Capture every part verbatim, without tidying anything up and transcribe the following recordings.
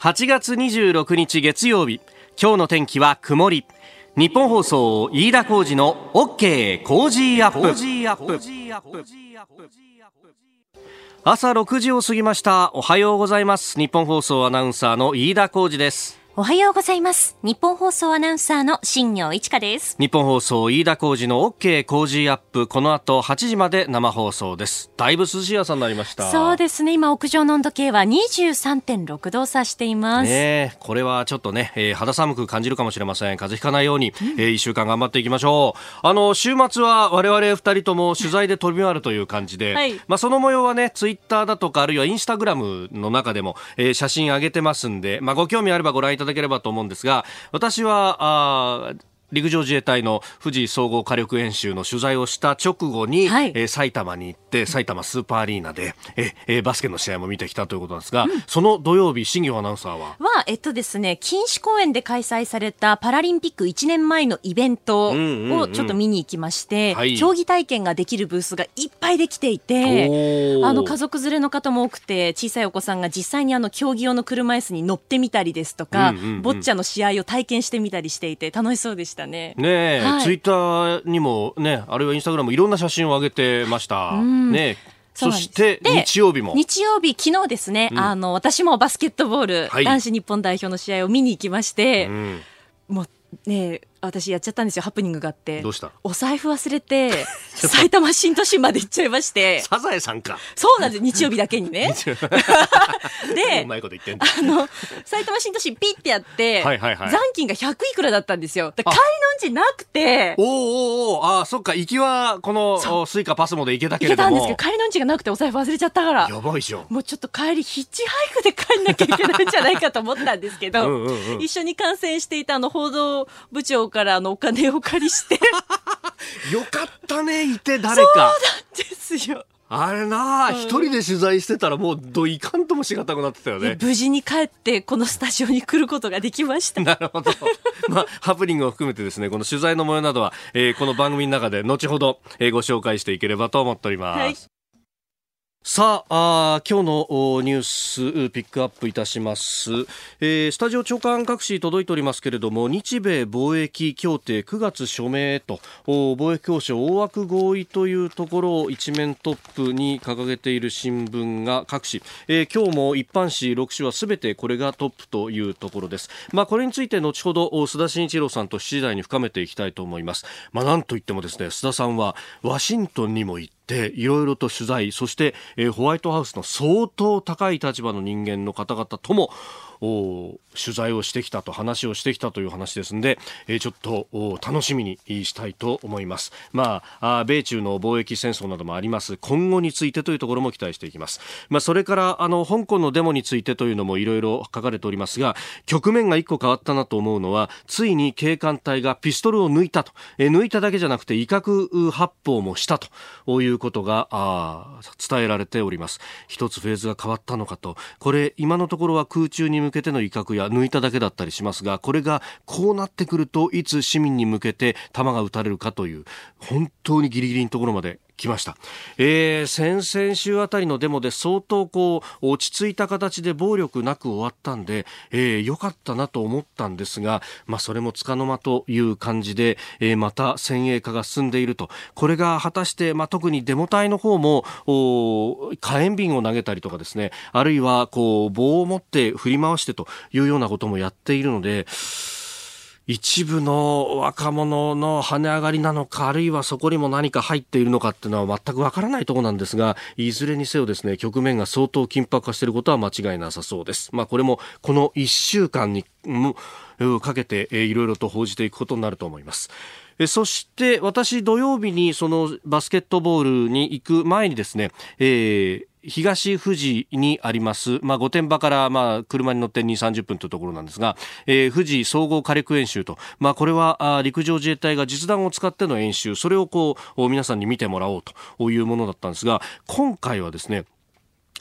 はちがつにじゅうろくにち月曜日、今日の天気は曇り。日本放送飯田浩司の OK コージーアップ。朝ろくじを過ぎました。おはようございます。日本放送アナウンサーの飯田浩司です。 おはようございます。日本放送アナウンサーの新業一華です。 日本放送飯田浩司の OK コージーアップ、この後はちじまで生放送です。だいぶ涼しい朝になりました。 そうですね、今屋上の温度計は にじゅうさんてんろくどを指しています、 ね、これはちょっとね、えー、肌寒く感じるかもしれません。風邪ひかないように、うんえー、いっしゅうかん頑張っていきましょう。あの週末は我々ふたりとも取材で飛び回るという感じで、はい、まあ、その模様はねツイッターだとかあるいはインスタグラムの中でも、えー、写真上げてますんで、まあ、ご興味あればご覧いただければと思うんですが、私はあ陸上自衛隊の富士総合火力演習の取材をした直後に、はい、えー、埼玉に行って埼玉スーパーアリーナでえ、えー、バスケの試合も見てきたということなんですが、うん、その土曜日、新業アナウンサーはは、えっとですね、錦糸公園で開催されたパラリンピックいちねんまえのイベントをちょっと見に行きまして、うんうんうん、競技体験ができるブースがいっぱいできていて、あの家族連れの方も多くて、小さいお子さんが実際にあの競技用の車椅子に乗ってみたりですとか、うんうんうん、ボッチャの試合を体験してみたりしていて楽しそうでしたね。 ねえ、はい、ツイッターにもね、あるいはインスタグラムいろんな写真を上げてました、うんね、そして日曜日も日曜日、昨日ですね、うん、あの私もバスケットボール、はい、男子日本代表の試合を見に行きまして、うん、もうね、私やっちゃったんですよ。ハプニングがあって。 どうした？ お財布忘れて埼玉新都心まで行っちゃいまして。 サザエさんか。 そうなんです、日曜日だけにねで、 うまいこと言ってんだ。 あの埼玉新都心ピッてやって、はいはいはい、残金がひゃくいくらだったんですよ。帰りのうちなくて、 おーおーおー、あ、そっか、行きはこのスイカパスモで行けたけれども、 行けたんですけど帰りのうちがなくてお財布忘れちゃったから、 やばいじゃん。 もうちょっと帰りヒッチハイクで帰んなきゃいけないんじゃないかと思ったんですけどうんうん、うん、一緒に観戦していたあの報道部長からあのお金を借りしてよかったね、いて誰か。 そうなんですよ。 あれな、一、うん、人で取材してたらもうどいかんともしがたくなってたよね。 無事に帰ってこのスタジオに来ることができました。 なるほど、まあ、ハプニングを含めてですね、この取材の模様などは、えー、この番組の中で後ほど、えー、ご紹介していければと思っております、はい。さあ、あ今日のニュースピックアップいたします、えー、スタジオ長官各紙届いておりますけれども、日米貿易協定くがつ署名と貿易交渉大枠合意というところを一面トップに掲げている新聞が各紙、えー、今日も一般紙ろく紙はすべてこれがトップというところです。まあ、これについて後ほど須田慎一郎さんとしちじ台に深めていきたいと思います。まあ、なんといってもですね、須田さんはワシントンにも行っていろいろと取材、そして、えー、ホワイトハウスの相当高い立場の人間の方々とも取材をしてきたと、話をしてきたという話ですので、えー、ちょっと楽しみにしたいと思います。まあ、あ米中の貿易戦争などもあります今後についてというところも期待していきます。まあ、それからあの香港のデモについてというのもいろいろ書かれておりますが、局面が一個変わったなと思うのは、ついに警官隊がピストルを抜いたと、えー、抜いただけじゃなくて威嚇発砲もしたということがあ伝えられております。一つフェーズが変わったのかと。これ今のところは空中に向けての威嚇や抜いただけだったりしますが、これがこうなってくるといつ市民に向けて弾が撃たれるかという本当にギリギリのところまで来ました。えー、先々週あたりのデモで相当こう落ち着いた形で暴力なく終わったんで、えー、よかったなと思ったんですが、まあ、それもつかの間という感じで、えー、また先鋭化が進んでいると。これが果たして、まあ、特にデモ隊の方も火炎瓶を投げたりとかですね、あるいはこう棒を持って振り回してというようなこともやっているので、一部の若者の跳ね上がりなのか、あるいはそこにも何か入っているのかっていうのは全くわからないところなんですが、いずれにせよですね、局面が相当緊迫化していることは間違いなさそうです。まあ、これもこのいっしゅうかんにかけていろいろと報じていくことになると思います。そして私土曜日にそのバスケットボールに行く前にですね、えー東富士にあります、まあ、御殿場からまあ車に乗ってにじゅう、さんじゅっぷんというところなんですが、えー、富士総合火力演習と、まあ、これはあ陸上自衛隊が実弾を使っての演習、それをこう皆さんに見てもらおうというものだったんですが、今回はですね、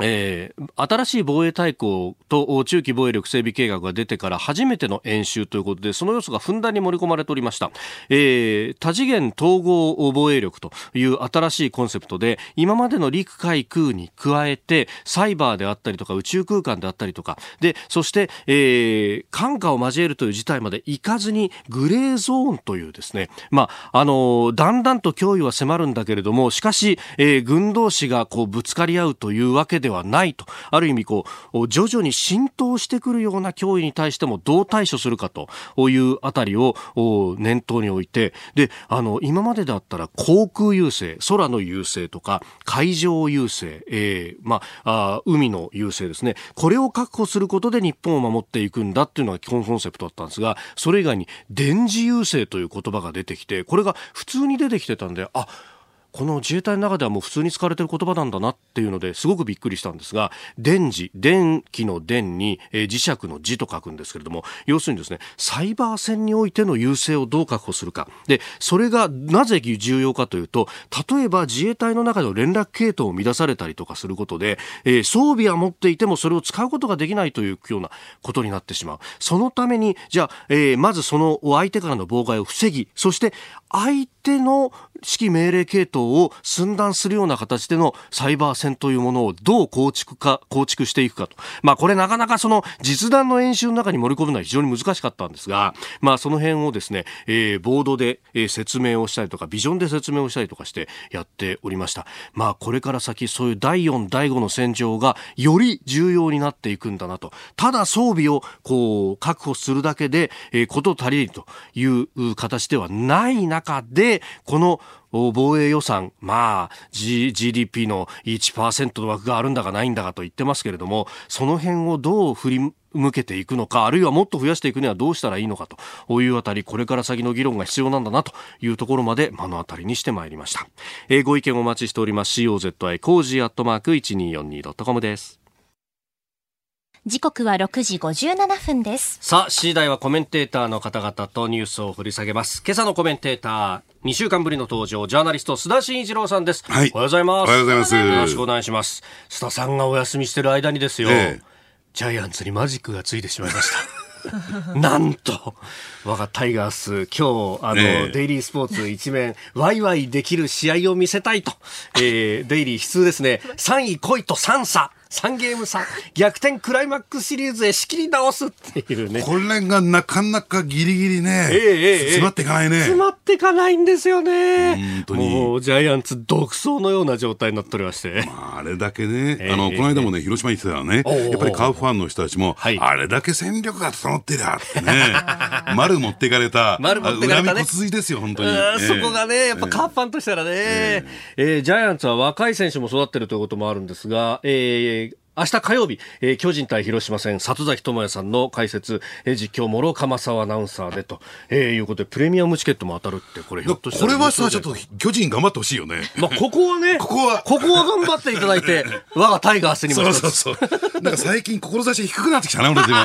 えー、新しい防衛大綱と中期防衛力整備計画が出てから初めての演習ということで、その要素がふんだんに盛り込まれておりました。えー、多次元統合防衛力という新しいコンセプトで、今までの陸海空に加えてサイバーであったりとか宇宙空間であったりとかで、そして、えー、艦下を交えるという事態までいかずにグレーゾーンというですね、まああのだんだんと脅威は迫るんだけれども、しかし、えー、軍同士がこうぶつかり合うというわけではないと、ある意味こう徐々に浸透してくるような脅威に対してもどう対処するかというあたりを念頭に置いて、であの今までだったら航空優勢、空の優勢とか海上優勢、えーまあ、あ海の優勢ですね、これを確保することで日本を守っていくんだっていうのが基本コンセプトだったんですが、それ以外に電磁優勢という言葉が出てきて、これが普通に出てきてたんで、あ、この自衛隊の中ではもう普通に使われている言葉なんだなっていうのですごくびっくりしたんですが、電磁、電気の電に、えー、磁石の磁と書くんですけれども、要するにですね、サイバー戦においての優勢をどう確保するかで、それがなぜ重要かというと、例えば自衛隊の中の連絡系統を乱されたりとかすることで、えー、装備は持っていてもそれを使うことができないというようなことになってしまう。そのためにじゃあ、えー、まずその相手からの妨害を防ぎ、そして相手の指揮命令系統を寸断するような形でのサイバー戦というものをどう構築か構築していくかと、まあこれなかなかその実弾の演習の中に盛り込むのは非常に難しかったんですが、まあその辺をですね、えー、ボードで、えー、説明をしたりとかビジョンで説明をしたりとかしてやっておりました。まあこれから先そういうだいよんだいごの戦場がより重要になっていくんだなと。ただ装備をこう確保するだけで、えー、こと足りるという形ではない中で、この防衛予算、まあ G、ジーディーピー の いちパーセント の枠があるんだかないんだかと言ってますけれども、その辺をどう振り向けていくのか、あるいはもっと増やしていくにはどうしたらいいのかというあたり、これから先の議論が必要なんだなというところまで目の当たりにしてまいりました。えー、ご意見お待ちしております。 コー コージー アットマーク いちにーよんにー ドットコム です。 時刻はろくじごじゅうななふんです。 さあ、しちじ台はコメンテーターの方々とニュースを掘り下げます。今朝のコメンテーター、にしゅうかんぶりの登場、ジャーナリスト須田慎一郎さんです。 はい、 おはようございます。 おはようございます。 よろしくお願いします。須田さんがお休みしてる間にですよ、ええ、ジャイアンツにマジックがついてしまいましたなんと我がタイガース、今日あの、ええ、デイリースポーツ一面ワイワイできる試合を見せたいと、えー、デイリー悲痛ですね。さんい来いとさんささんゲーム差逆転クライマックスシリーズへ仕切り直すっていうね。 これがなかなかギリギリね、えーえー、詰まっていかないね。 詰まっていかないんですよね。本当にもうジャイアンツ独走のような状態になっておりまして、 まあ、あれだけね、えー、あのこの間もね広島に行ってたらね、やっぱりカープファンの人たちも、はい、あれだけ戦力が整ってりゃってね丸持っていかれた丸持っていかれたね、 恨み骨髄ですよ本当に、えー、そこがねやっぱカープファンとしたらね、えーえー、ジャイアンツは若い選手も育ってるということもあるんですが、えー明日火曜日、えー、巨人対広島戦、里崎智也さんの解説、えー、実況諸岡正アナウンサーでと、えー、いうことでプレミアムチケットも当たるって、これひょっとしたらこれはさちょっと巨人頑張ってほしいよね。 まあここはねここはここは頑張っていただいて我がタイガースにもそうそうそうなんか最近志低くなってきたな俺たちも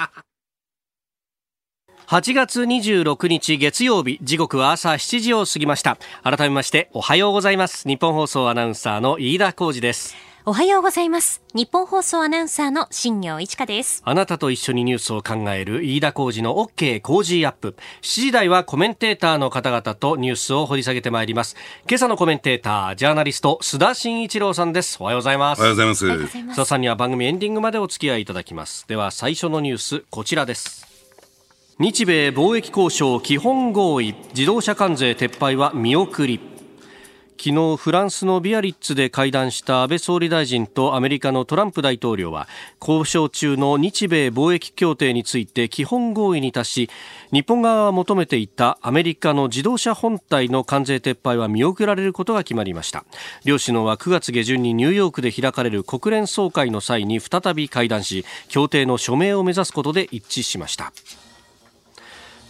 はちがつにじゅうろくにち月曜日、時刻は朝しちじを過ぎました。改めましておはようございます。日本放送アナウンサーの飯田浩司です。 おはようございます。日本放送アナウンサーの新業一華です。 あなたと一緒にニュースを考える飯田浩司の OK 工事アップ。しちじ台はコメンテーターの方々とニュースを掘り下げてまいります。今朝のコメンテーター、ジャーナリスト須田慎一郎さんです。おはようございます。 おはようございます。 須田さんには番組エンディングまでお付き合いいただきます。では最初のニュース、こちらです。日米貿易交渉基本合意、自動車関税撤廃は見送り。昨日フランスのビアリッツで会談した安倍総理大臣とアメリカのトランプ大統領は交渉中の日米貿易協定について基本合意に達し、日本側が求めていたアメリカの自動車本体の関税撤廃は見送られることが決まりました。両首脳はくがつ下旬にニューヨークで開かれる国連総会の際に再び会談し、協定の署名を目指すことで一致しました。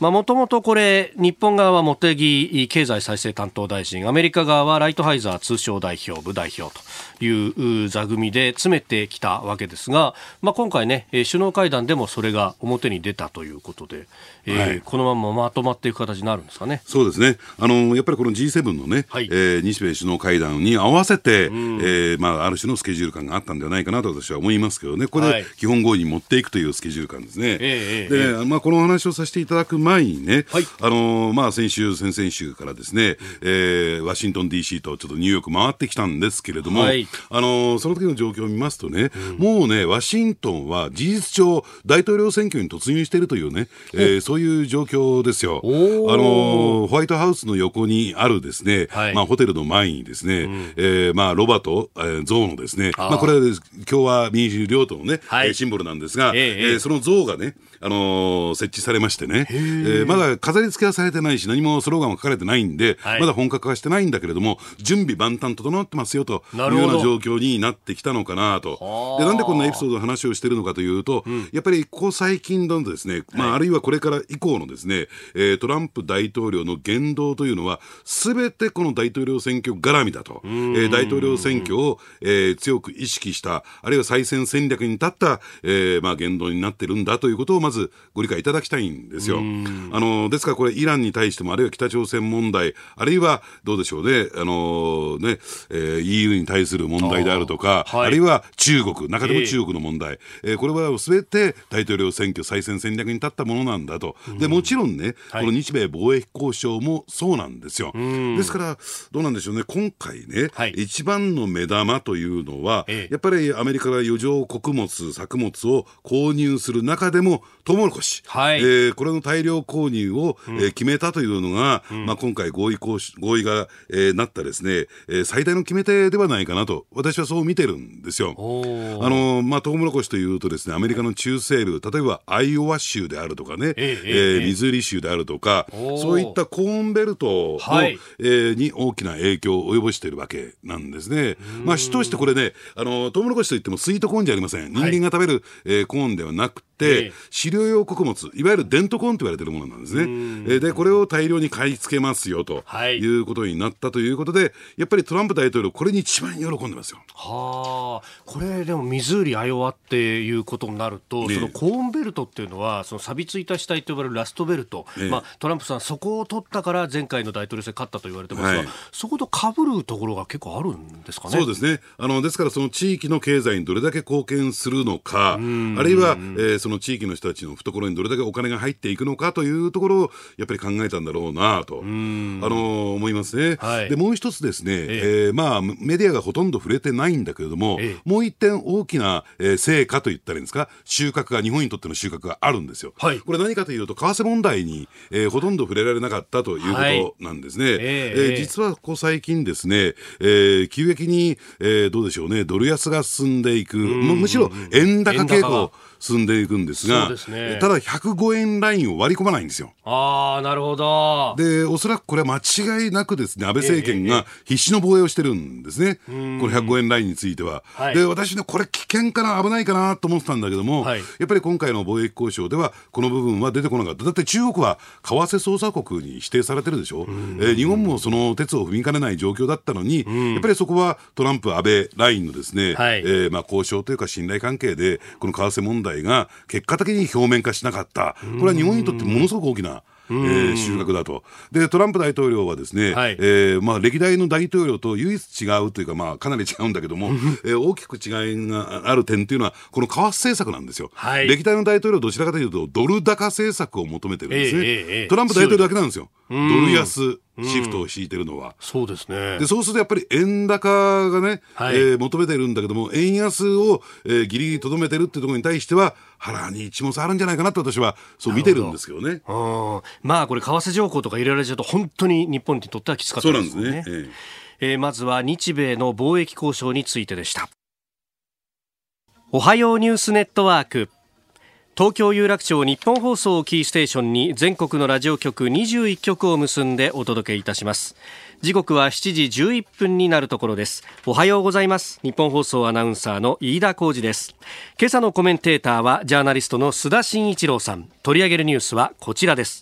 もともとこれ日本側は茂木経済再生担当大臣、アメリカ側はライトハイザー通商代表部代表という座組で詰めてきたわけですが、まあ、今回ね首脳会談でもそれが表に出たということで、えーはい、このまままとまっていく形になるんですかね。 そうですね、あのやっぱりこの ジーセブン のね、はい、えー、日米首脳会談に合わせて、うん、えーまあ、ある種のスケジュール感があったんではないかなと私は思いますけどね、これで基本合意に持っていくというスケジュール感ですね、はい、で、えーまあ、この話をさせていただく前にね、はい、あのまあ、先週先々週からですね、えー、ワシントン ディーシー とちょっとニューヨーク回ってきたんですけれども、はい、あのその時の状況を見ますとね、うん、もうねワシントンは事実上大統領選挙に突入しているというね、えー、そういう状況ですよ。あのホワイトハウスの横にあるですね、はい、まあ、ホテルの前にですね、うん、えー、まあ、ロバと、えー、象のですね、まあ、これは共和民主両党のね、はい、シンボルなんですが、えーえー、その象がね、あのー、設置されましてね、えー、まだ飾り付けはされてないし何もスローガンは書かれてないんで、はい、まだ本格化してないんだけれども準備万端整ってますよというような状況になってきたのかなと。でなんでこんなエピソードの話をしているのかというと、うん、やっぱりここ最近のですね、まあ、はい、あるいはこれから以降のですね、えー、トランプ大統領の言動というのは全てこの大統領選挙絡みだと、えー、大統領選挙を、えー、強く意識したあるいは再選戦略に立った、えーまあ、言動になってるんだということをまずご理解いただきたいんですよ。あのですからこれイランに対してもあるいは北朝鮮問題あるいはどうでしょうね、あのね、えー、イーユー に対する問題であるとか あ,、はい、あるいは中国中でも中国の問題、えーえー、これは全て大統領選挙再選戦略に立ったものなんだと。でもちろんね、はい、この日米貿易交渉もそうなんですよ。ですからどうなんでしょうね、今回ね、はい、一番の目玉というのは、ええ、やっぱりアメリカが余剰穀物作物を購入する中でもトウモロコシ、はい、えー、これの大量購入を、うん、えー、決めたというのが、うん、まあ、今回合意交渉合意が、えー、なったですね、えー、最大の決め手ではないかなと私はそう見てるんですよ。あの、まあ、トウモロコシというとですねアメリカの中西部例えばアイオワ州であるとかね、えーえー、ミズーリ州であるとかそういったコーンベルトの、はい、えー、に大きな影響を及ぼしているわけなんですね。まあ、主としてこれね、あのトウモロコシといってもスイートコーンじゃありません。人間が食べる、はい、えー、コーンではなくてで飼料用穀物いわゆるデントコーンと言われているものなんですね。えー、でこれを大量に買い付けますよということになったということで、はい、やっぱりトランプ大統領これに一番喜んでますよ。 はあ、これでもミズーリアイオワっていうことになると、ね、そのコーンベルトっていうのはその錆びついた死体と呼ばれるラストベルト、ね、まあ、トランプさんそこを取ったから前回の大統領選勝ったと言われてますが、はい、そこと被るところが結構あるんですかね。 そうですね、あのですからその地域の経済にどれだけ貢献するのか、あるいは、えー、その地域の人たちの懐にどれだけお金が入っていくのかというところをやっぱり考えたんだろうなと、あの思いますね。はい、でもう一つですね、えええーまあ、メディアがほとんど触れてないんだけれども、ええ、もう一点大きな、えー、成果といったらいいんですか、収穫が日本にとっての収穫があるんですよ。はい、これ何かというと為替問題に、えー、ほとんど触れられなかったということなんですね。はい、えーえー、実はここ最近ですね、えー、急激に、えー、どうでしょうね、ドル安が進んでいく、む, むしろ円高傾向進んでいくんですが、そうですね、ただひゃくごえんラインを割り込まないんですよ。 あー、なるほど。 でおそらくこれは間違いなくですね安倍政権が必死の防衛をしてるんですね、えー、このひゃくごえんラインについては、はい、で私ねこれ危険かな危ないかなと思ってたんだけども、はい、やっぱり今回の貿易交渉ではこの部分は出てこなかった。だって中国は為替操作国に指定されてるでしょ、えー、日本もその鉄を踏みかねない状況だったのに、やっぱりそこはトランプ安倍ラインのですね、はい、えーまあ、交渉というか信頼関係でこの為替問題が結果的に表面化しなかった。これは日本にとってものすごく大きなえー、収穫だと。でトランプ大統領はですね、はい、えーまあ、歴代の大統領と唯一違うというか、まあ、かなり違うんだけども、えー、大きく違いがある点というのはこの為替政策なんですよ。はい、歴代の大統領はどちらかというとドル高政策を求めてるんですね。えーえー、トランプ大統領だけなんですよ、ドル安シフトを敷いてるのは、うん、そうですね。でそうするとやっぱり円高がね、はい、えー、求めてるんだけども円安を、えー、ギリギリとどめてるっていうところに対しては腹に一物あるんじゃないかなと私はそう見てるんですけどね。 ど、まあこれ為替条項とか入れられちゃうと本当に日本にとってはきつかったですね。そうなんですね。えーえー、まずは日米の貿易交渉についてでした。おはようニュースネットワーク、東京有楽町日本放送をキーステーションに全国のラジオ局にじゅういっきょくを結んでお届けいたします。時刻はしちじじゅういっぷんになるところです。おはようございます。日本放送アナウンサーの飯田浩司です。今朝のコメンテーターはジャーナリストの須田慎一郎さん。取り上げるニュースはこちらです。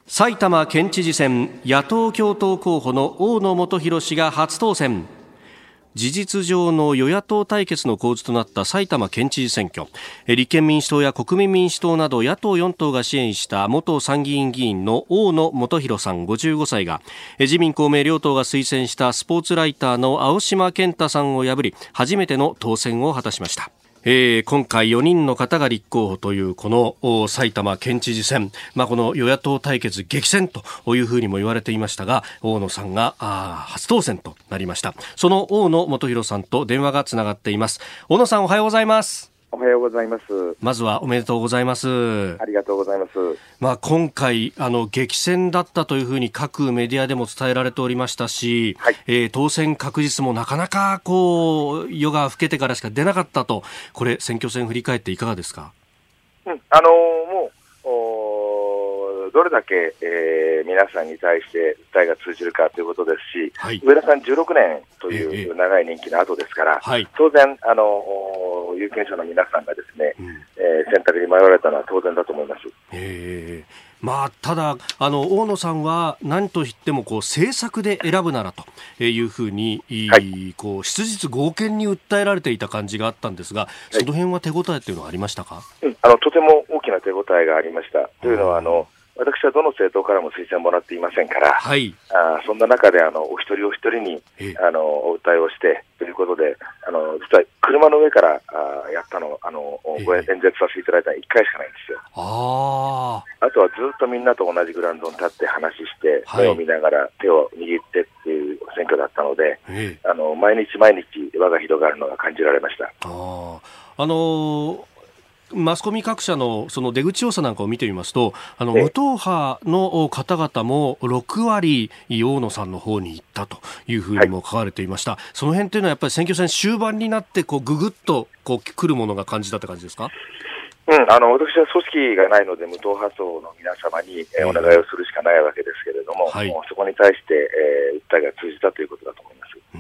埼玉県知事選、野党共闘候補の大野元裕氏が初当選。事実上の与野党対決の構図となった埼玉県知事選挙、立憲民主党や国民民主党など野党よん党が支援した元参議院議員の大野元裕さんごじゅうごさいが、自民公明両党が推薦したスポーツライターの青島健太さんを破り初めての当選を果たしました。えー、今回よにんの方が立候補というこの埼玉県知事選、まあ、この与野党対決激戦というふうにも言われていましたが、大野さんが初当選となりました。その大野元裕さんと電話がつながっています。大野さん、おはようございます。 おはようございます。 まずはおめでとうございます。 ありがとうございます。 まあ、今回あの激戦だったというふうに各メディアでも伝えられておりましたし、はい、えー、当選確実もなかなかこう夜が更けてからしか出なかったと、これ選挙戦振り返っていかがですか？ うん、あのー、もうどれだけ、えー、皆さんに対して訴えが通じるかということですし、はい、上田さんじゅうろくねんという長い任期の後ですから、えー、当然あの有権者の皆さんがですね、うん、えー、選択に迷われたのは当然だと思います。 えーまあ、ただあの大野さんは何といってもこう政策で選ぶならというふうに、はい、こう質実剛健に訴えられていた感じがあったんですが、はい、その辺は手応えというのはありましたか？ うん、あのとても大きな手応えがありました。というのはあの私はどの政党からも推薦もらっていませんから、はい、あそんな中であのお一人お一人にあのお訴えをしてということで、あの実は車の上からあやったのあのご演説させていただいたのはいっかいしかないんですよ。あ, あとはずっとみんなと同じグラウンドに立って話して、はい、目を見ながら手を握ってっていう選挙だったので、あの毎日毎日輪が広がるのが感じられました。 ああのーマスコミ各社のその出口調査なんかを見てみますと、あの無党派の方々もろくわり大野さんの方に行ったというふうにも書かれていました。はい、その辺というのはやっぱり選挙戦終盤になってこうぐぐっとこう来るものが感じたって感じですか？ うん、あの私は組織がないので無党派層の皆様に、えー、お願いをするしかないわけですけれども、はい、もうそこに対して、えー、訴えが通じたということだと思います。 うん、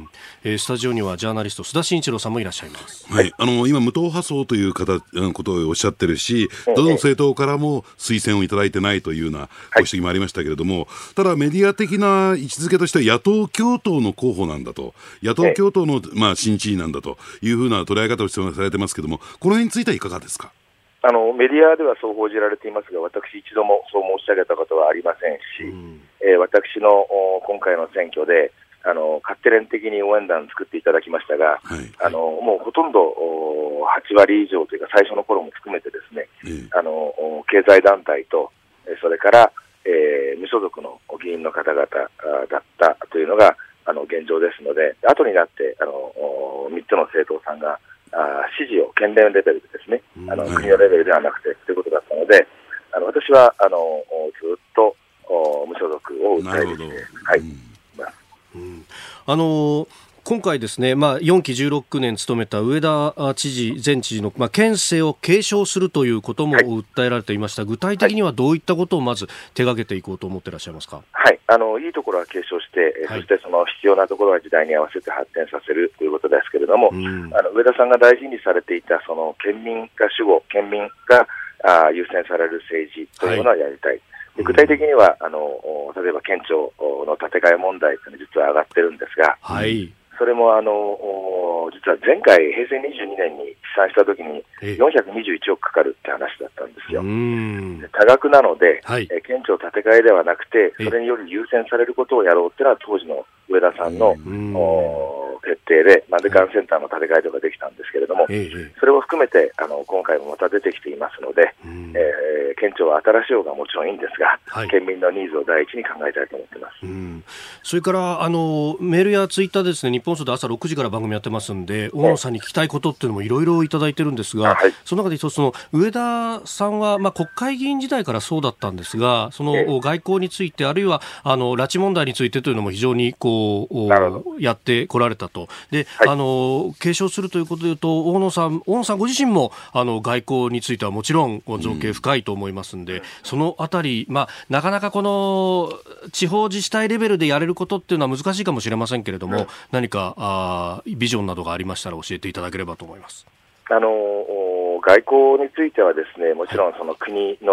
えー、スタジオにはジャーナリスト須田慎一郎さんもいらっしゃいます。 はい、あの今無党派層という方ことをおっしゃってるし、どの政党からも推薦をいただいてないというようなご指摘もありましたけれども、はい、ただメディア的な位置づけとしては野党共闘の候補なんだと、野党共闘の、まあ、新知事なんだというふうな捉え方をされてますけれども、この辺についてはいかがですか？ あのメディアではそう報じられていますが、私一度もそう申し上げたことはありませんし、うん、えー、私の今回の選挙であの勝手連的に応援団作っていただきましたが、はい、あのもうほとんどはちわり以上というか最初の頃も含めてですね、うん、あの経済団体とそれから、えー、無所属の議員の方々だったというのがあの現状ですので、後になってあのみっつの政党さんがあ支持を県連レベルでですね、あの国のレベルではなくてということだったので、あの私はあのずっと無所属を訴えてきて、はい、 うん、あのー今回ですね、まあ、よんきじゅうろくねん務めた上田知事前知事の、まあ、県政を継承するということも訴えられていました。はい、具体的にはどういったことをまず手掛けていこうと思っていらっしゃいますか？ はい、あのいいところは継承して、はい、そしてその必要なところは時代に合わせて発展させるということですけれども、うん、あの上田さんが大事にされていたその県民が主語、県民があ優先される政治というものはやりたい。はい、で具体的にはあの例えば県庁の建て替え問題というのは実は上がってるんですが、はい、それもあの実は前回へいせいにじゅうにねんに試算したときによんひゃくにじゅういちおくかかるって話だったんですよ。で多額なので、はい、え県庁建て替えではなくてそれにより優先されることをやろうっていうのは当時の上田さんの決定で、なんでがんセンターの建て替えとかできたんですけれども、それを含めてあの今回もまた出てきていますので、えー、県庁は新しい方がもちろんいいんですが、はい、県民のニーズを第一に考えたいと思っています。 うん、それからあのメールやツイッターでですね、日本放送で朝ろくじから番組やってますんで、大野さんに聞きたいことっていうのもいろいろいただいてるんですが、はい、その中で一つ、その上田さんは、まあ、国会議員時代からそうだったんですが、その外交についてあるいはあの拉致問題についてというのも非常にこうやってこられたと。で、はい、あの継承するということでいうと、大野さん大野さんご自身もあの外交についてはもちろん造形深いと思いますんで、うん、そのあたり、まあ、なかなかこの地方自治体レベルでやれることっていうのは難しいかもしれませんけれども、うん、何かあビジョンなどがありましたら教えていただければと思います。 あの外交についてはですね、もちろんその国の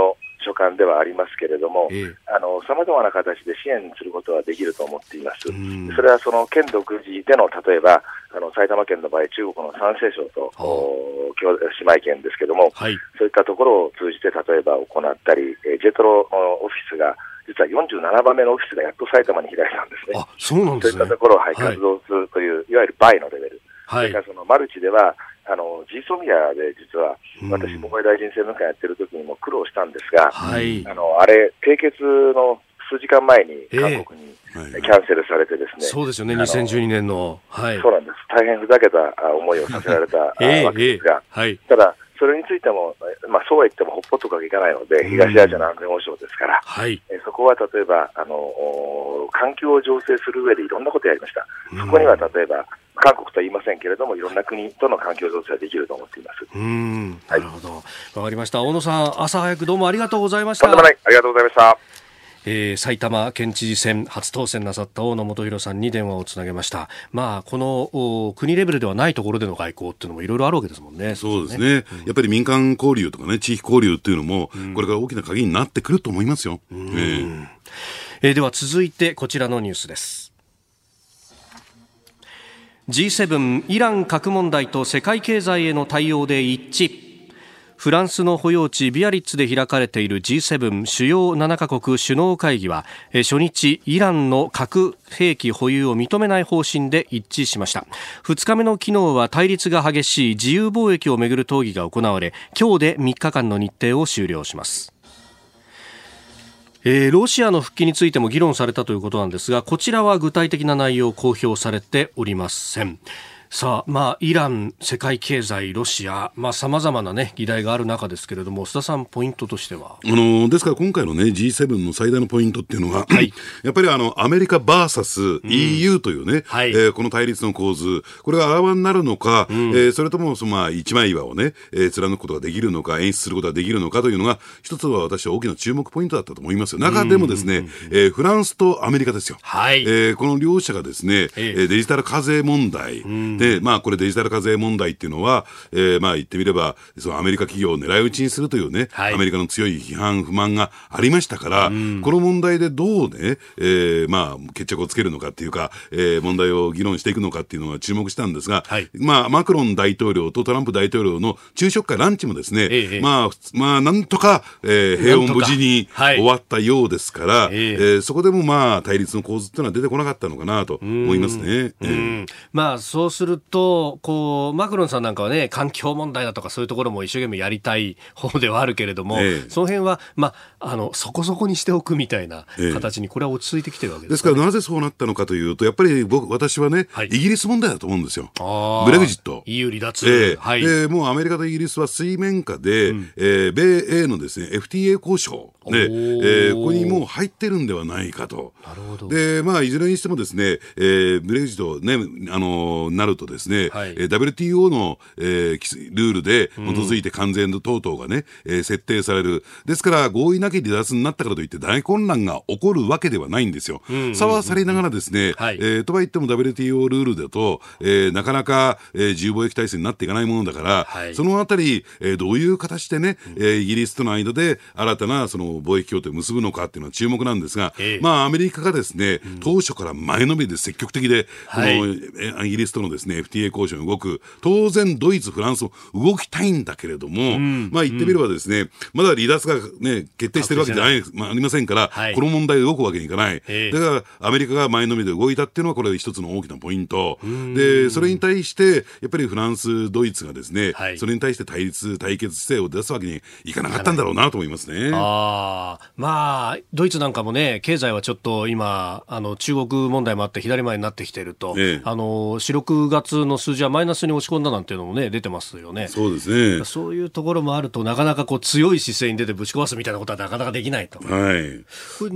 所管ではありますけれども、 ええ、 さまざまな形で支援することはできると思っています。それはその県独自での、例えばあの埼玉県の場合、中国の山西省と姉妹県ですけども、はい、そういったところを通じて例えば行ったり、ジェトロのオフィスが実はよんじゅうななばんめのオフィスがやっと埼玉に開いたんですね。 あ、そうなんですね。 そういったところを、はい、活動するという、はい、いわゆるバイのレベル、はい、それからそのマルチではあの ジーソミアで実は私、防衛大臣政務官やってる時にも苦労したんですが、はい、あのあれ、締結の数時間前に韓国にキャンセルされてですね、 えー、そうですよね、にせんじゅうにねんの、 はい、そうなんです。大変ふざけた思いをさせられたえー、わけですが、えーはい、ただ、それについても、まあ、そうは言ってもほっぽっとくわけいかないので、東アジアの安全保障ですから、はい、えそこは例えばあの環境を醸成する上でいろんなことをやりました。そこには例えば韓国とは言いませんけれども、いろんな国との環境醸成はできると思っています。 うーん、なるほど、わかりました。大野さん、朝早くどうもありがとうございました。 とんでもない、ありがとうございました。 えー、埼玉県知事選初当選なさった大野元弘さんに電話をつなげました。まあ、この国レベルではないところでの外交っていうのもいろいろあるわけですもんね。 そうですね、うん、やっぱり民間交流とかね、地域交流っていうのも、うん、これから大きな鍵になってくると思いますよ。うん、えーえー、では続いてこちらのニュースです。 ジーセブン イラン核問題と世界経済への対応で一致。フランスの保養地ビアリッツで開かれている ジーセブン 主要ななカ国首脳会議は初日、イランの核兵器保有を認めない方針で一致しました。ふつかめの昨日は対立が激しい自由貿易をめぐる討議が行われ、今日でみっかかんの日程を終了します。えー、ロシアの復帰についても議論されたということなんですが、こちらは具体的な内容を公表されておりません。さあ、まあ、イラン、世界経済、ロシア、まあ、様々なね、議題がある中ですけれども、須田さん、ポイントとしては。 あの、ですから今回のね、ジーセブン の最大のポイントっていうのは、はい、やっぱりあの、アメリカ ブイエス イーユー というね、うんはい、えー、この対立の構図、これがあらわになるのか、うん、えー、それとも、そのまあ、一枚岩をね、えー、貫くことができるのか、演出することができるのかというのが、一つは私は大きな注目ポイントだったと思いますよ。中でもですね、えー、フランスとアメリカですよ。はい、えー、この両者がですね、えー、デジタル課税問題、うん、で、まあ、これデジタル課税問題っていうのは、えー、まあ言ってみればそのアメリカ企業を狙い撃ちにするというね、はい、アメリカの強い批判不満がありましたから、うん、この問題でどうね、えー、まあ決着をつけるのかっていうか、えー、問題を議論していくのかっていうのが注目したんですが、はい、まあマクロン大統領とトランプ大統領の昼食会ランチもですね、ええ、まあまあなんとか、えー、平穏無事に終わったようですから、はい、えーえー、そこでもまあ対立の構図っていうのは出てこなかったのかなと思いますね。うん、えー、 まあそうするとこうマクロンさんなんかはね、環境問題だとかそういうところも一生懸命やりたい方ではあるけれども、ええ、その辺は、まあ、あのそこそこにしておくみたいな形にこれは落ち着いてきてるわけですかね。 ですからなぜそうなったのかというと、やっぱり僕私はね、はい、イギリス問題だと思うんですよ。ブレグジットイーユー 離脱、 ええ、はい、でもうアメリカとイギリスは水面下で、うん、えー、米英のですね エフティーエー 交渉で、えー、ここにもう入ってるんではないかと。なるほど。で、まあいずれにしてもですね、えー、ブレグジットね、あのー、なるとですね、はい、ダブリューティーオー の、えー、ルールで基づいて関税等々がね、えー、設定される。ですから合意なき離脱になったからといって大混乱が起こるわけではないんですよ。差はされながらですね、はい、えー、とはいっても ダブリューティーオー ルールだと、えー、なかなか、えー、自由貿易体制になっていかないものだから、はい、そのあたり、えー、どういう形でね、えー、イギリスとの間で新たなその貿易協定を結ぶのかっていうのは注目なんですが、えー、まあアメリカがですね、うん、当初から前のめりで積極的で、はい、このイギリスとのですね エフティーエー 交渉に動く。当然ドイツ、フランスも動きたいんだけれども、うん、まあ言ってみればですね、うん、まだ離脱がね決定してるわけじゃない、まあ、ありませんから、はい、この問題で動くわけにいかない。だからアメリカが前のめりで動いたっていうのはこれ一つの大きなポイントで、それに対してやっぱりフランス、ドイツがですね、はい、それに対して対立、対決姿勢を出すわけにいかなかったんだろうなと思いますね。 あ、まあドイツなんかもね、経済はちょっと今あの中国問題もあって左前になってきていると、ええ、あのし、ろくがつの数字はマイナスに落ち込んだなんていうのもね出てますよね。 そうですね。 そういうところもあるとなかなかこう強い姿勢に出てぶち壊すみたいなことはなかなかできないと。はい。これ日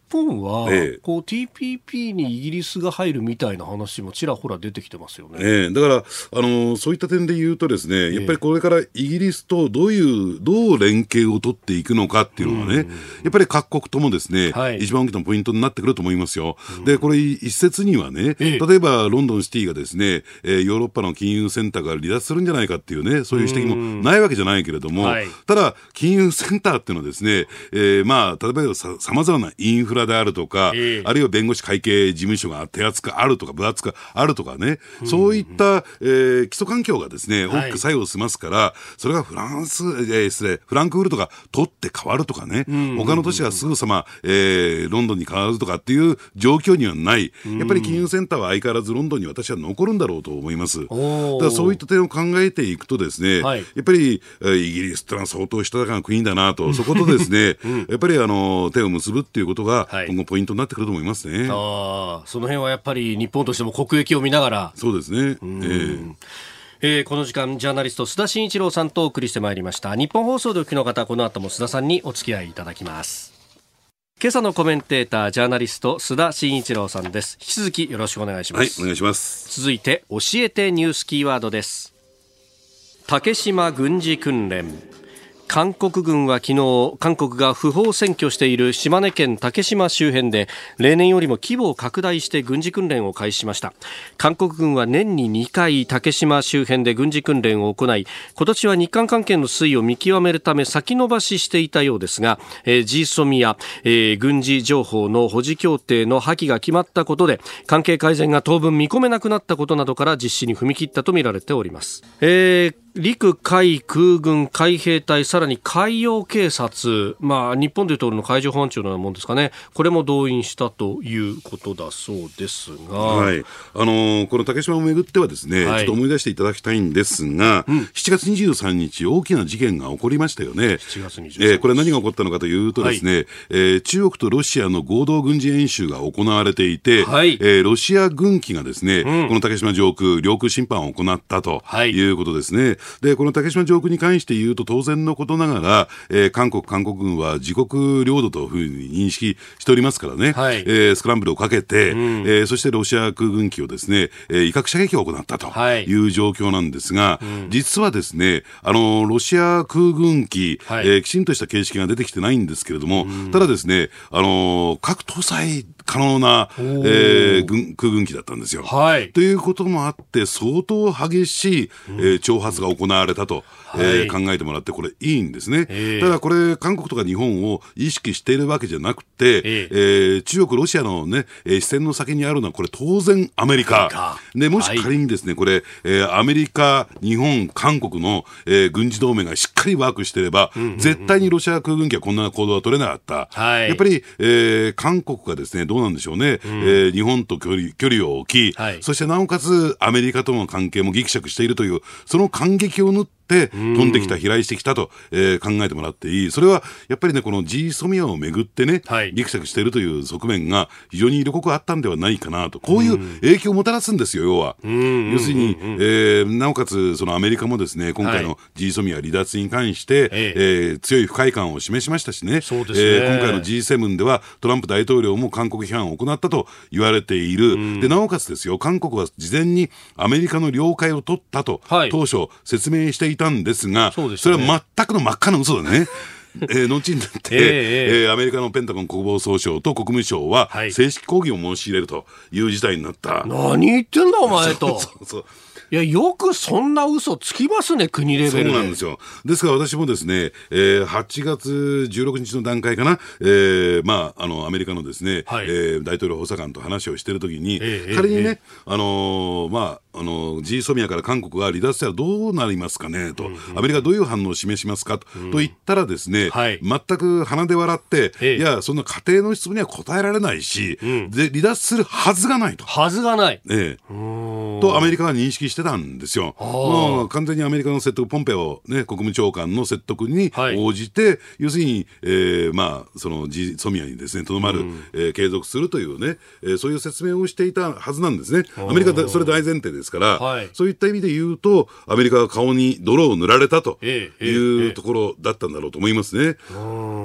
本は、ええ、こう ティーピーピー にイギリスが入るみたいな話もちらほら出てきてますよね。 ええ、だから、あのー、そういった点で言うとですね、ええ、やっぱりこれからイギリスとどういうどう連携を取っていくのかっていうのがね、やっぱり各国ともですね、はい、一番大きなポイントになってくると思いますよ。でこれ一説にはね、ええ、例えばロンドンシティがですね、えー、ヨーロッパの金融センターが離脱するんじゃないかっていうね、そういう指摘もないわけじゃないけれども、はい、ただ金融センターっていうのはですね、えー、まあ例えばさまざまなインフラであるとか、ええ、あるいは弁護士会計事務所が手厚くあるとか分厚くあるとかね、うん、そういった、えー、基礎環境がですね大きく作用しますから、はい、それがフランス、えー、失礼フランクフルトが取って変わるとかね、うん、他の都市がすぐさま、えー、ロンドンに変わるとかっていう状況にはない。やっぱり金融センターは相変わらずロンドンに私は残るんだろうと思います。だからそういった点を考えていくとですね、はい、やっぱり、えー、イギリスというのは相当したたかな国だなと、そことですね、うん、やっぱりあの手を結ぶっていうことが今後ポイントになってくると思いますね。 はい、あその辺はやっぱり日本としても国益を見ながら。 そうですね。えーえー、この時間ジャーナリスト須田慎一郎さんとお送りしてまいりました。日本放送でお聞きの方、この後も須田さんにお付き合いいただきます。今朝のコメンテータージャーナリスト須田慎一郎さんです。引き続きよろしくお願いします。 はい、お願いします。 続いて教えてニュースキーワードです。竹島軍事訓練。韓国軍は昨日、韓国が不法占拠している島根県竹島周辺で例年よりも規模を拡大して軍事訓練を開始しました。韓国軍は年ににかい竹島周辺で軍事訓練を行い、今年は日韓関係の推移を見極めるため先延ばししていたようですが、えー、ジーソミや、えー、軍事情報の保持協定の破棄が決まったことで関係改善が当分見込めなくなったことなどから実施に踏み切ったとみられております。えー陸海空軍海兵隊、さらに海洋警察、まあ、日本でいうところの海上保安庁のようなもんですかね、これも動員したということだそうですが、 はい、あのー、この竹島をめぐってはですね、はい、ちょっと思い出していただきたいんですが、うん、しちがつにじゅうさんにち大きな事件が起こりましたよね。 しちがつにじゅうさんにち、 えー、これ何が起こったのかというとですね、はい、えー、中国とロシアの合同軍事演習が行われていて、はい、えー、ロシア軍機がですね、うん、この竹島上空領空侵犯を行ったということですね。はい、でこの竹島上空に関して言うと当然のことながら、えー、韓国韓国軍は自国領土というふうに認識しておりますからね、はい、えー、スクランブルをかけて、うん、えー、そしてロシア空軍機をですね、えー、威嚇射撃を行ったという状況なんですが、はい、うん、実はですね、あのロシア空軍機、はい、えー、きちんとした形式が出てきてないんですけれども、うん、ただですね、あの核搭載可能な、えー、軍空軍機だったんですよ。はい、ということもあって相当激しい、えー、挑発が行われたと、うん、えーはい、考えてもらってこれいいんですね。ただこれ韓国とか日本を意識しているわけじゃなくて、えーえー、中国ロシアの、ね、えー、視線の先にあるのはこれ当然アメリカで、もし仮にですね、はい、これ、えー、アメリカ日本韓国の、えー、軍事同盟がしっかりワークしていれば、うんうんうん、絶対にロシア空軍機はこんな行動は取れなかった、はい、やっぱり、えー、韓国がですねどうなんでしょうね、うん、えー、日本と距離、距離を置き、はい、そしてなおかつアメリカとの関係もぎくしゃくしているというその間隙を縫って飛んできた、飛来してきたと、えー、考えてもらっていい。それはやっぱりねこの G ソミアをめぐってね、はい、ぎくしゃくしているという側面が非常に色濃くあったんではないかなと、こういう影響をもたらすんですよ。要は要するに、えー、なおかつそのアメリカもですね今回の G ソミア離脱に関して、はい、えー、強い不快感を示しましたしね。そうですね、えー、今回の ジーセブン ではトランプ大統領も韓国批判を行ったと言われている。でなおかつですよ、韓国は事前にアメリカの了解を取ったと、はい、当初説明していたんですが、そ, ね、それは全くの真っ赤な嘘だね。えー、後になって、えーえー、アメリカのペンタゴン国防総省と国務省は正式抗議を申し入れるという事態になった、はい、 何言ってんだお前と。そうそうそう、いやよくそんな嘘つきますね、国レベルで。 そうなんですよ。ですから私もですね、えー、はちがつじゅうろくにちの段階かな、えー、まああのアメリカのですね、はい、えー、大統領補佐官と話をしているときに、えー、仮にね、えー、あのー、まああの G ソミアから韓国が離脱したらどうなりますかねと、うんうん、アメリカどういう反応を示しますかと、うん、と言ったらですね、はい、全く鼻で笑って、えー、いやそんな仮定の質問には答えられないし、うん、で離脱するはずがないと。 はずがない、 えー、とアメリカが認識してたんですよ。もう完全にアメリカの説得、ポンペオ、ね、国務長官の説得に応じて、はい、要するに、えーまあ、その G ソミアにですねとどまる、うん、えー、継続するというね、えー、そういう説明をしていたはずなんですね。アメリカでそれ大前提ですから、はい、そういった意味で言うとアメリカが顔に泥を塗られたというところだったんだろうと思いますね。た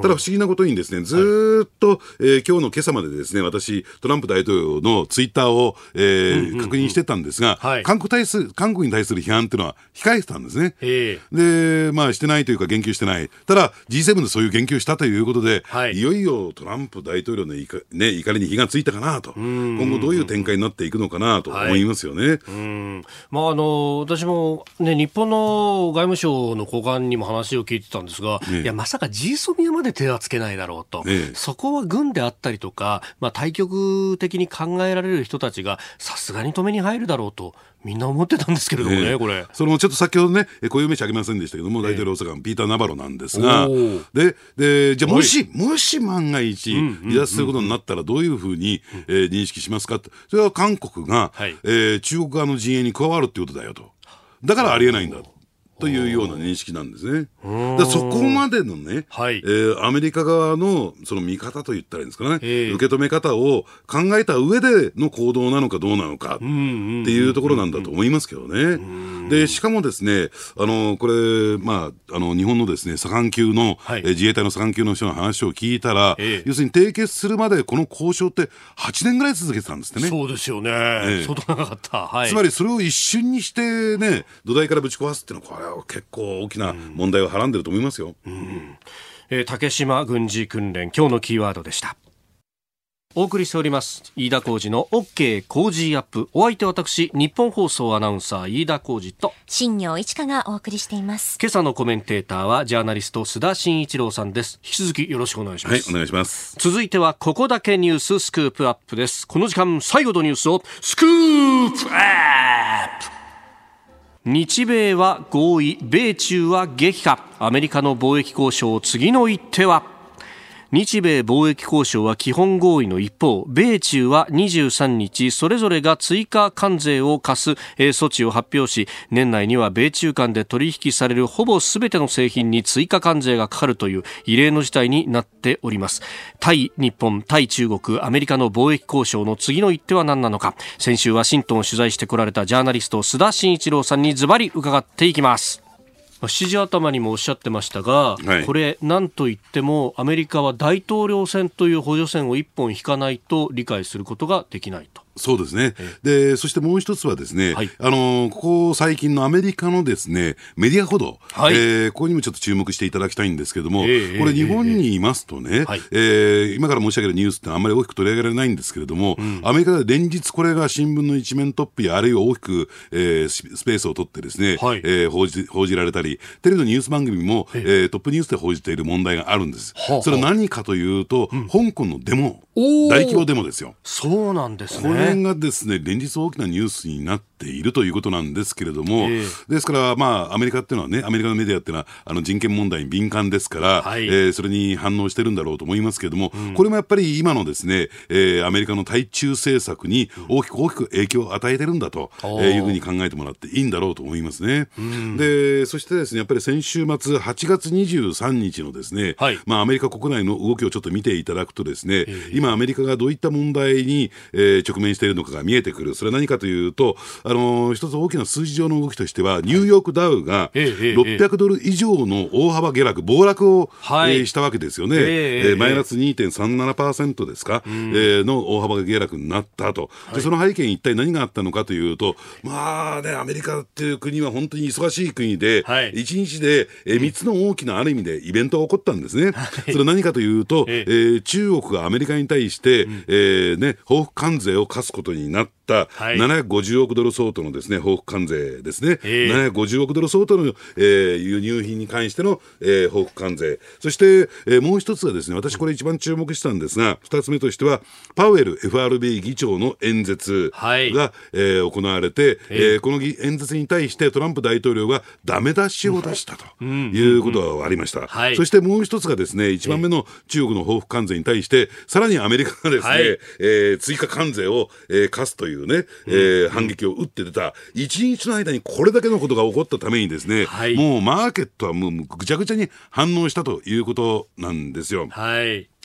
ただ不思議なことにですね、ずーっと、はいえー、今日の今朝までですね、私、トランプ大統領のツイッターを、えーうんうんうん、確認してたんですが、はい、韓国対す、韓国に対する批判っていうのは控えてたんですね。で、まあ、してないというか言及してない。ただ、ジーセブン でそういう言及したということで、はい、いよいよトランプ大統領の怒、ね、怒りに火がついたかなと、今後どういう展開になっていくのかなと思いますよね。はい、うんまあ、あの私も、ね、日本の外務省の高官にも話を聞いてたんですが、ね、いやまさか ジーソミアまで手はつけないだろうと、ね、そこは軍であったりとか、まあ、対極的に考えられる人たちがさすがに止めに入るだろうとみんな思ってたんですけれどもね、ねこれそのちょっと先ほどねこういう名詞あげませんでしたけども、大統領補佐官ピーター・ナバロなんですが、ででじゃあもしもし万が一離脱することになったらどういうふうに、えー、認識しますかって、それは韓国が、はいえー、中国側の陣営に加わるっていうことだよと、だからありえないんだというような認識なんですね。だそこまでのね、はいえー、アメリカ側のその見方と言ったらいいんですかね、えー、受け止め方を考えた上での行動なのかどうなのかっていうところなんだと思いますけどね。でしかもですね、あのこれ、まあ、あの日本のですね左官級の、はいえー、自衛隊の左官級の人の話を聞いたら、えー、要するに締結するまでこの交渉ってはちねんぐらい続けてたんですってね。 そうですよね、えー、相当長かった、はい、 つまりそれを一瞬にしてね土台からぶち壊すっていうのはこれは結構大きな問題をはらんでると思いますよ。うんえー、竹島軍事訓練、今日のキーワードでした。お送りしております飯田浩司の OK 工事アップ。お相手は私日本放送アナウンサー飯田浩司と新業一華がお送りしています。 今朝のコメンテーターはジャーナリスト須田慎一郎さんです。引き続きよろしくお願いします。 はい、お願いします。 続いてはここだけニューススクープアップです。この時間最後のニュースをスクープアップ。日米は合意、米中は激化。アメリカの貿易交渉、次の一手は。日米貿易交渉は基本合意の一方、米中はにじゅうさんにちそれぞれが追加関税を課す措置を発表し、年内には米中間で取引されるほぼすべての製品に追加関税がかかるという異例の事態になっております。対日本、対中国、アメリカの貿易交渉の次の一手は何なのか、先週ワシントンを取材してこられたジャーナリスト須田慎一郎さんにズバリ伺っていきます。しちじ頭にもおっしゃってましたが、はい、これ何と言ってもアメリカは大統領選という補助線を一本引かないと理解することができないと。 そうですね。で、そしてもう一つはですね、はい、あの、ここ最近のアメリカのですね、メディア報道、はい、えー、ここにもちょっと注目していただきたいんですけども、えー、これ日本にいますとね、えーえー、今から申し上げるニュースってあんまり大きく取り上げられないんですけれども、うん、アメリカで連日これが新聞の一面トップやあるいは大きく、えー、スペースを取ってですね、はい、えー、報じ、報じられたり、テレビのニュース番組も、えーえー、トップニュースで報じている問題があるんです。はあ、それは何かというと、うん、香港のデモ、大規模デモですよ。 そうなんですね。 これがですね、連日大きなニュースになっているということなんですけれども、えー、ですから、まあ、アメリカっていうのはね、アメリカのメディアっていうのはあの人権問題に敏感ですから、はい、えー、それに反応してるんだろうと思いますけれども、うん、これもやっぱり今のですね、えー、アメリカの対中政策に大きく大きく影響を与えてるんだと、うん、えー、いうふうに考えてもらっていいんだろうと思いますね。うん、で、そしてですね、やっぱり先週末はちがつにじゅうさんにちのですね、はい、まあ、アメリカ国内の動きをちょっと見ていただくとですね、えー、今アメリカがどういった問題に、えー、直面しているのかが見えてくる。それは何かというと、あのー、一つ大きな数字上の動きとしては、ニューヨークダウがろっぴゃくドル以上の大幅下落、暴落を、はい、えー、したわけですよね。えーえー、マイナス にてんさんななパーセント ですか、うん、えー、の大幅下落になったと。で、その背景に一体何があったのかというと、まあね、アメリカっていう国は本当に忙しい国で、はい、いちにちで、えー、みっつの大きなある意味でイベントが起こったんですね。はい、それは何かというと、えー、中国がアメリカに対して、うん、えーね、報復関税を課すことになった、はい、ななひゃくごじゅうおくドル相当のですね、報復関税ですね。えー、ななひゃくごじゅうおくドル相当の、えー、輸入品に関しての、えー、報復関税。そして、えー、もう一つはですね、私これ一番注目したんですが、二つ目としては、パウエル エフアールビー 議長の演説が、はい、えー、行われて、えーえー、この演説に対してトランプ大統領がダメ出しを出したということがありました。はい、そしてもう一つがですね、一番目の中国の報復関税に対して、さらにアメリカがですね、はい、えー、追加関税を、えー、課すというね、えー、反撃を打って出た。一日の間にこれだけのことが起こったためにですね、はい、もうマーケットはもうぐちゃぐちゃに反応したということなんですよ。はい。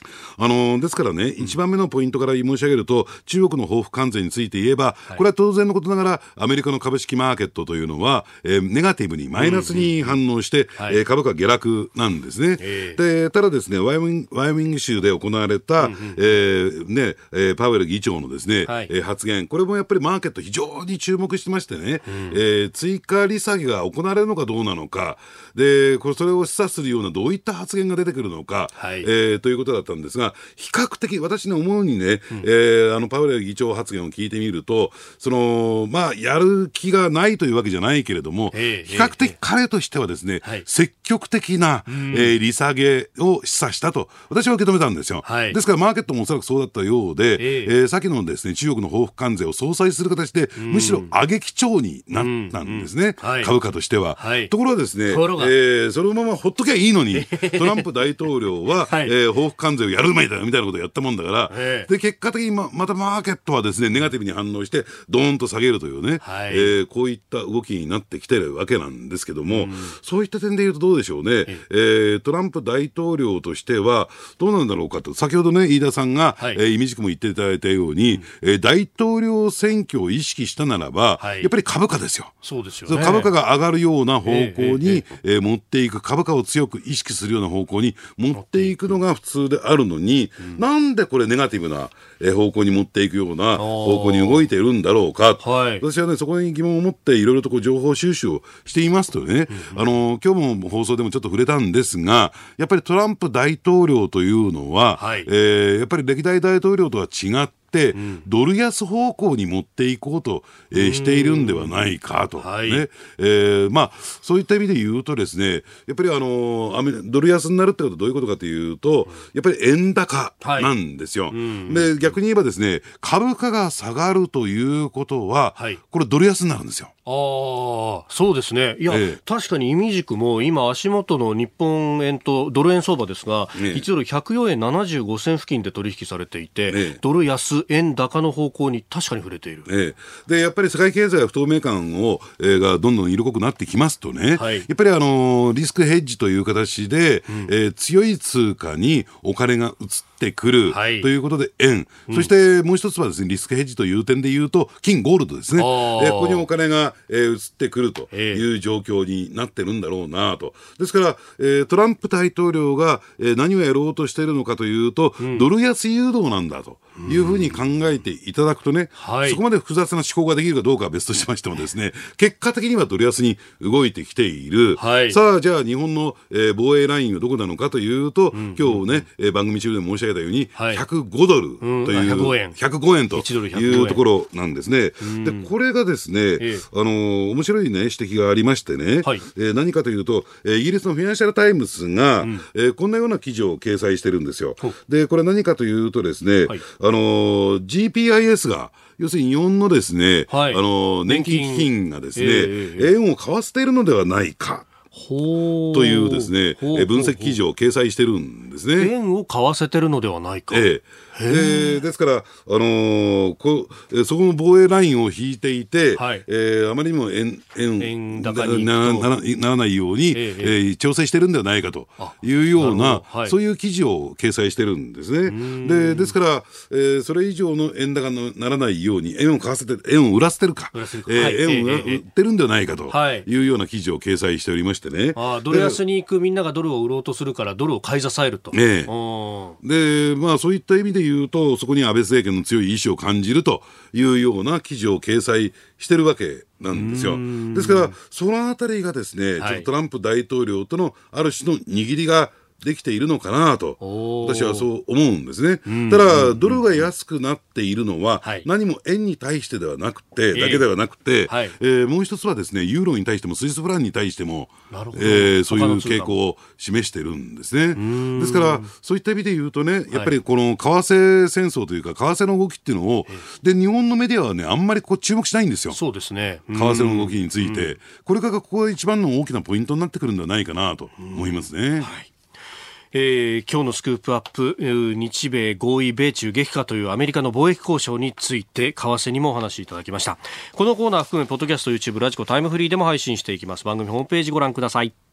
あのですからね、いちばんめのポイントから申し上げると、中国の報復関税について言えば、これは当然のことながらアメリカの株式マーケットというのは、えー、ネガティブにマイナスに反応して、うんうん、えー、株価下落なんですね、はい、でただですね、ワイオミング、ワイオミング州で行われた、うんうん、えーねえー、パウエル議長のですね、はい、えー、発言、これもやっぱりマーケット非常に注目してましてね、うん、えー、追加利下げが行われるのかどうなのかで、これそれを示唆するようなどういった発言が出てくるのか、はい、えー、ということだったんですが、比較的私の思うにね、うん、えー、あのパウエル議長発言を聞いてみると、そのまあやる気がないというわけじゃないけれども、比較的彼としてはですね、はい、積極的な、うん、えー、利下げを示唆したと私は受け止めたんですよ、はい、ですからマーケットもおそらくそうだったようで、えーえー、先のですね中国の報復関税を相殺する形で、うん、むしろ上げ基調になったんですね、うんうん、はい、株価としては、はい、ところがですね、えー、そのままほっときゃいいのにトランプ大統領は、はい、えー、報復関税をやる前だよみたいなことをやったもんだから、で結果的に ま, またマーケットはですねネガティブに反応してドーンと下げるというね、はい、えー、こういった動きになってきてるわけなんですけども、うん、そういった点で言うとどうでしょうね、えー、トランプ大統領としてはどうなんだろうかと、先ほどね飯田さんが、はい、えー、意味軸も言っていただいたように、うん、えー、大統領選挙を意識したならば、はい、やっぱり株価ですよ。 そうですよね。 株価が上がるような方向に、えーえー、持っていく、株価を強く意識するような方向に持っていくのが普通であるのに、うん、なんでこれネガティブな方向に持っていくような方向に動いているんだろうか、はい、私はねそこに疑問を持っていろいろとこう情報収集をしていますとね、うん、あの今日も放送でもちょっと触れたんですが、やっぱりトランプ大統領というのは、はい、えー、やっぱり歴代大統領とは違ってうん、ドル安方向に持っていこうと、えー、しているんではないかと、はい、ね、えーまあ、そういった意味で言うとですね、やっぱりあのアメドル安になるってことはどういうことかというと、やっぱり円高なんですよ、はい、うん、で逆に言えばですね株価が下がるということは、はい、これドル安になるんですよ。 ああ、そうですね。いや、ええ、確かに意味軸も今足元の日本円とドル円相場ですが、ええ、いちドルひゃくよんえんななじゅうごせん付近で取引されていて、ええ、ドル安円高の方向に確かに触れている、 ええ、でやっぱり世界経済は不透明感を、えー、がどんどん色濃くなってきますとね、はい、やっぱりあのリスクヘッジという形で、うん、えー、強い通貨にお金が移ってくる、はい、ということで円、うん、そしてもう一つはですねリスクヘッジという点で言うと金ゴールドですね、えー、ここにお金がえー、移ってくるという状況になってるんだろうなと。ですから、えー、トランプ大統領が、えー、何をやろうとしているのかというと、うん、ドル安誘導なんだというふうに考えていただくとね、はい、そこまで複雑な思考ができるかどうかは別としましてもですね、結果的にはドル安に動いてきている、はい、さあじゃあ日本の、えー、防衛ラインはどこなのかというと、うん、今日ね、えー、番組中で申し上げたように、はい、ひゃくごドルという、うん、ひゃくごえんひゃくごえんというところなんですね。でこれがですね、えー、あのー面白い、ね、指摘がありましてね、はい、えー、何かというと、えー、イギリスのフィナンシャルタイムズが、うん、えー、こんなような記事を掲載してるんですよ。でこれ何かというとですね、はい、あのー、ジーピーアイエス が要するに日本のですね、はい、あのー、年金基金がですね、えー、円を買わせているのではないかというですね、えー、分析記事を掲載してるんですね。 円を買わせてるのではないか、 えーえー、ですから、あのー、こそこの防衛ラインを引いていて、はい、えー、あまりにも円、円、円高にな, な, ならないように、えーえー、調整してるんではないかというような、はい、そういう記事を掲載してるんですね。でですから、えー、それ以上の円高にならないように円を買わせて円を売らせてるか、えーはい、円を売ってるんではないかというような記事を掲載しておりましてね、 はい、あドル安に行くみんながドルを売ろうとするからドルを買い支えると、 ね、で、まあ、そういった意味で言うとそこに安倍政権の強い意志を感じるというような記事を掲載してるわけなんですよ。ですからそのあたりがですね、はい、ちょっとトランプ大統領とのある種の握りができているのかなと私はそう思うんですね。ただドルが安くなっているのは何も円に対してではなくて、だけではなくて、はい、えー、もう一つはですねユーロに対してもスイスフランに対しても、えー、そういう傾向を示しているんですね。ですからそういった意味で言うとね、やっぱりこの為替戦争というか為替の動きっていうのをで日本のメディアはねあんまりこう注目しないんですよ。 そうですね、 為替の動きについてこれからここが一番の大きなポイントになってくるんではないかなと思いますね。はい、 えー、今日のスクープアップ、日米合意米中激化というアメリカの貿易交渉について為替にもお話しいただきました。このコーナー含めポッドキャスト、YouTube、ラジコ、タイムフリーでも配信していきます。番組ホームページご覧ください。